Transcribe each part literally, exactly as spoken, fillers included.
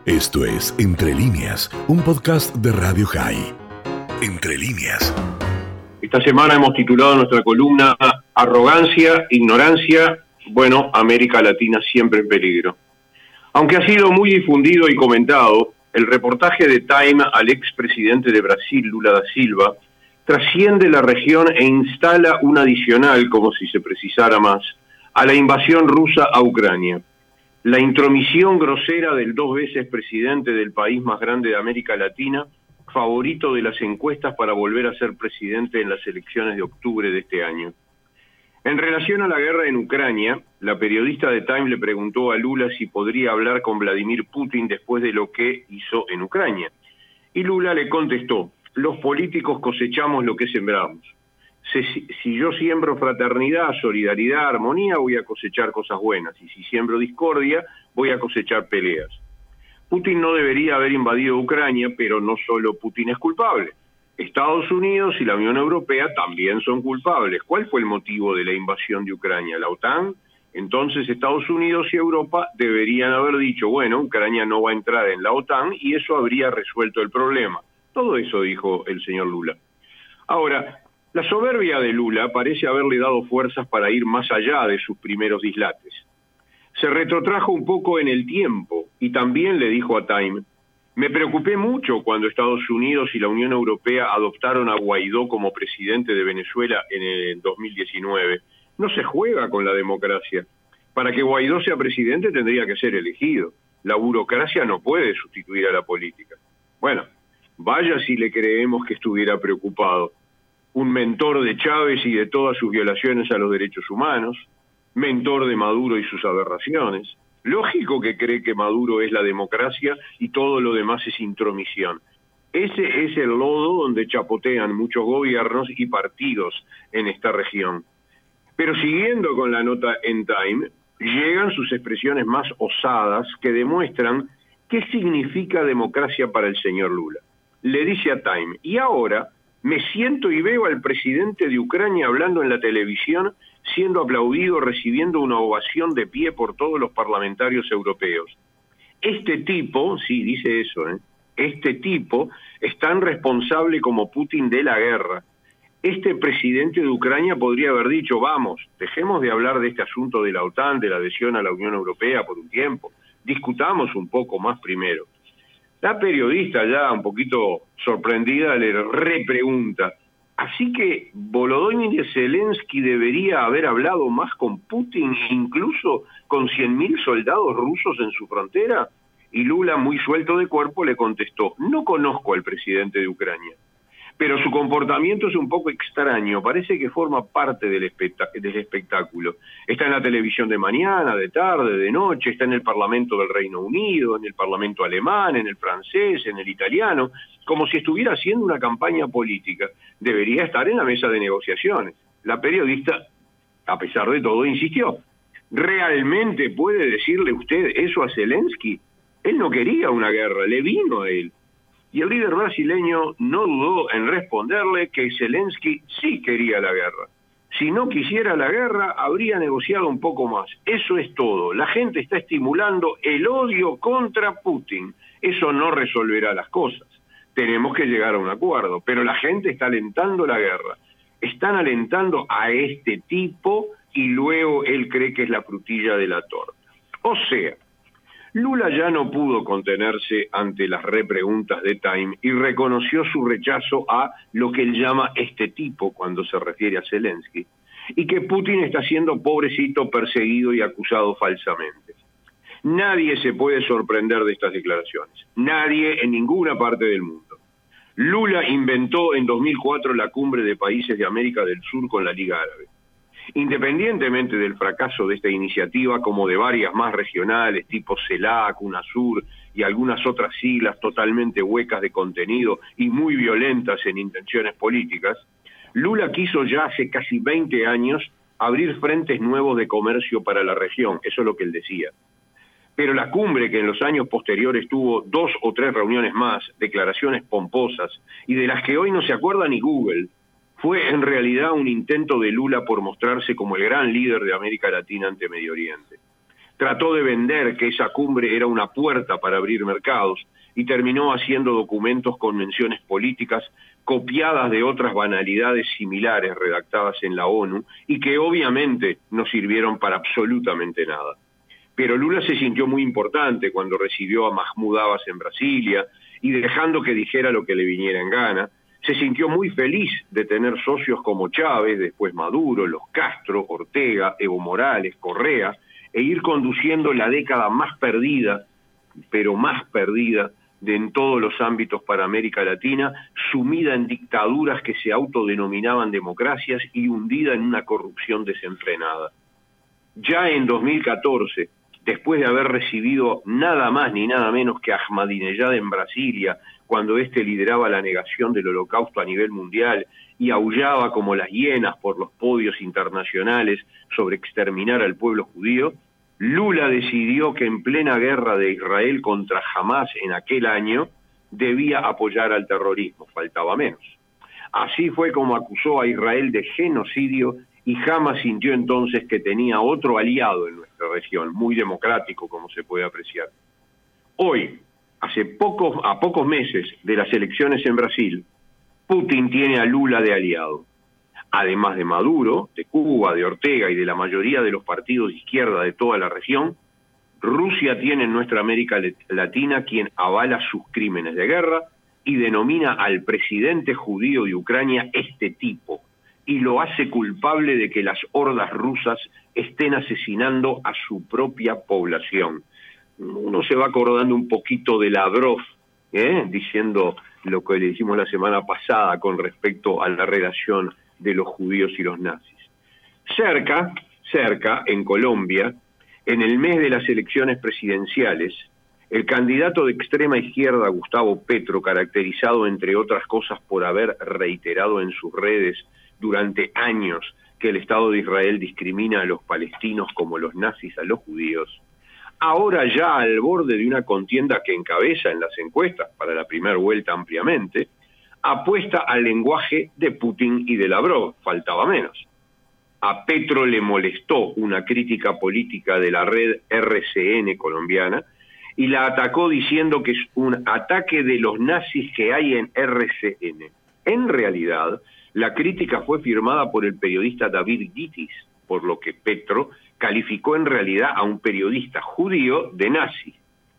Esto es Entre Líneas, un podcast de Radio High. Entre Líneas. Esta semana hemos titulado nuestra columna Arrogancia, Ignorancia, bueno, América Latina siempre en peligro. Aunque ha sido muy difundido y comentado, el reportaje de Time al expresidente de Brasil, Lula da Silva, trasciende la región e instala un adicional, como si se precisara más, a la invasión rusa a Ucrania. La intromisión grosera del dos veces presidente del país más grande de América Latina, favorito de las encuestas para volver a ser presidente en las elecciones de octubre de este año. En relación a la guerra en Ucrania, la periodista de Time le preguntó a Lula si podría hablar con Vladimir Putin después de lo que hizo en Ucrania. Y Lula le contestó: los políticos cosechamos lo que sembramos. Si, si yo siembro fraternidad, solidaridad, armonía, voy a cosechar cosas buenas. Y si siembro discordia, voy a cosechar peleas. Putin no debería haber invadido Ucrania, pero no solo Putin es culpable. Estados Unidos y la Unión Europea también son culpables. ¿Cuál fue el motivo de la invasión de Ucrania? ¿La OTAN? Entonces Estados Unidos y Europa deberían haber dicho, bueno, Ucrania no va a entrar en la OTAN y eso habría resuelto el problema. Todo eso dijo el señor Lula. Ahora, la soberbia de Lula parece haberle dado fuerzas para ir más allá de sus primeros dislates. Se retrotrajo un poco en el tiempo y también le dijo a Time: me preocupé mucho cuando Estados Unidos y la Unión Europea adoptaron a Guaidó como presidente de Venezuela en el dos mil diecinueve. No se juega con la democracia. Para que Guaidó sea presidente tendría que ser elegido. La burocracia no puede sustituir a la política. Bueno, vaya si le creemos que estuviera preocupado. Un mentor de Chávez y de todas sus violaciones a los derechos humanos, mentor de Maduro y sus aberraciones. Lógico que cree que Maduro es la democracia y todo lo demás es intromisión. Ese es el lodo donde chapotean muchos gobiernos y partidos en esta región. Pero siguiendo con la nota en Time, llegan sus expresiones más osadas que demuestran qué significa democracia para el señor Lula. Le dice a Time: y ahora me siento y veo al presidente de Ucrania hablando en la televisión, siendo aplaudido, recibiendo una ovación de pie por todos los parlamentarios europeos. Este tipo, sí, dice eso, ¿eh? Este tipo es tan responsable como Putin de la guerra. Este presidente de Ucrania podría haber dicho: vamos, dejemos de hablar de este asunto de la OTAN, de la adhesión a la Unión Europea por un tiempo, discutamos un poco más primero. La periodista, ya un poquito sorprendida, le repregunta: así que Volodymyr Zelensky debería haber hablado más con Putin, incluso con cien mil soldados rusos en su frontera. Y Lula, muy suelto de cuerpo, le contestó: no conozco al presidente de Ucrania, pero su comportamiento es un poco extraño, parece que forma parte del, espect- del espectáculo. Está en la televisión de mañana, de tarde, de noche, está en el Parlamento del Reino Unido, en el Parlamento alemán, en el francés, en el italiano, como si estuviera haciendo una campaña política. Debería estar en la mesa de negociaciones. La periodista, a pesar de todo, insistió: ¿realmente puede decirle usted eso a Zelensky? Él no quería una guerra, le vino a él. Y el líder brasileño no dudó en responderle que Zelensky sí quería la guerra. Si no quisiera la guerra, habría negociado un poco más. Eso es todo. La gente está estimulando el odio contra Putin. Eso no resolverá las cosas. Tenemos que llegar a un acuerdo, pero la gente está alentando la guerra. Están alentando a este tipo y luego él cree que es la frutilla de la torta. O sea, Lula ya no pudo contenerse ante las repreguntas de Time y reconoció su rechazo a lo que él llama este tipo cuando se refiere a Zelensky, y que Putin está siendo pobrecito, perseguido y acusado falsamente. Nadie se puede sorprender de estas declaraciones, nadie en ninguna parte del mundo. Lula inventó en dos mil cuatro la cumbre de países de América del Sur con la Liga Árabe. Independientemente del fracaso de esta iniciativa, como de varias más regionales, tipo CELAC, UNASUR y algunas otras siglas totalmente huecas de contenido y muy violentas en intenciones políticas, Lula quiso ya hace casi veinte años abrir frentes nuevos de comercio para la región, eso es lo que él decía. Pero la cumbre, que en los años posteriores tuvo dos o tres reuniones más, declaraciones pomposas, y de las que hoy no se acuerda ni Google, fue en realidad un intento de Lula por mostrarse como el gran líder de América Latina ante Medio Oriente. Trató de vender que esa cumbre era una puerta para abrir mercados y terminó haciendo documentos con menciones políticas copiadas de otras banalidades similares redactadas en la ONU y que obviamente no sirvieron para absolutamente nada. Pero Lula se sintió muy importante cuando recibió a Mahmoud Abbas en Brasilia y dejando que dijera lo que le viniera en gana, se sintió muy feliz de tener socios como Chávez, después Maduro, los Castro, Ortega, Evo Morales, Correa, e ir conduciendo la década más perdida, pero más perdida, de en todos los ámbitos para América Latina, sumida en dictaduras que se autodenominaban democracias y hundida en una corrupción desenfrenada. Ya en dos mil catorce, después de haber recibido nada más ni nada menos que Ahmadinejad en Brasilia, cuando éste lideraba la negación del Holocausto a nivel mundial y aullaba como las hienas por los podios internacionales sobre exterminar al pueblo judío, Lula decidió que en plena guerra de Israel contra Hamás en aquel año debía apoyar al terrorismo, faltaba menos. Así fue como acusó a Israel de genocidio y Hamás sintió entonces que tenía otro aliado en nuestra región, muy democrático como se puede apreciar. Hoy, hace pocos, a pocos meses de las elecciones en Brasil, Putin tiene a Lula de aliado. Además de Maduro, de Cuba, de Ortega y de la mayoría de los partidos de izquierda de toda la región, Rusia tiene en nuestra América Latina quien avala sus crímenes de guerra y denomina al presidente judío de Ucrania este tipo, y lo hace culpable de que las hordas rusas estén asesinando a su propia población. Uno se va acordando un poquito de Lavrov, ¿eh? diciendo lo que le dijimos la semana pasada con respecto a la relación de los judíos y los nazis. Cerca, cerca, en Colombia, en el mes de las elecciones presidenciales, el candidato de extrema izquierda Gustavo Petro, caracterizado entre otras cosas por haber reiterado en sus redes durante años que el Estado de Israel discrimina a los palestinos como los nazis a los judíos, ahora ya al borde de una contienda que encabeza en las encuestas para la primera vuelta ampliamente, apuesta al lenguaje de Putin y de Lavrov, faltaba menos. A Petro le molestó una crítica política de la red R C N colombiana y la atacó diciendo que es un ataque de los nazis que hay en R C N. En realidad, la crítica fue firmada por el periodista David Gitis, por lo que Petro calificó en realidad a un periodista judío de nazi,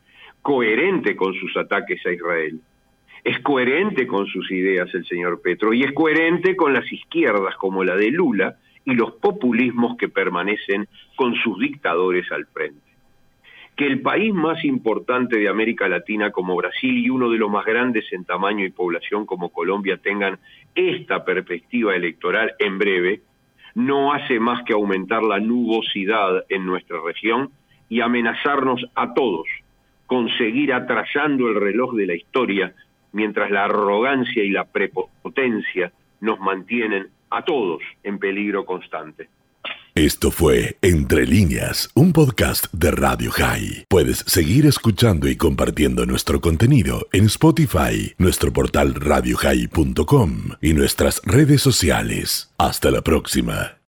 coherente con sus ataques a Israel. Es coherente con sus ideas el señor Petro y es coherente con las izquierdas como la de Lula y los populismos que permanecen con sus dictadores al frente. Que el país más importante de América Latina como Brasil y uno de los más grandes en tamaño y población como Colombia tengan esta perspectiva electoral en breve, no hace más que aumentar la nubosidad en nuestra región y amenazarnos a todos con seguir atrasando el reloj de la historia mientras la arrogancia y la prepotencia nos mantienen a todos en peligro constante. Esto fue Entre Líneas, un podcast de Radio High. Puedes seguir escuchando y compartiendo nuestro contenido en Spotify, nuestro portal radio high punto com y nuestras redes sociales. Hasta la próxima.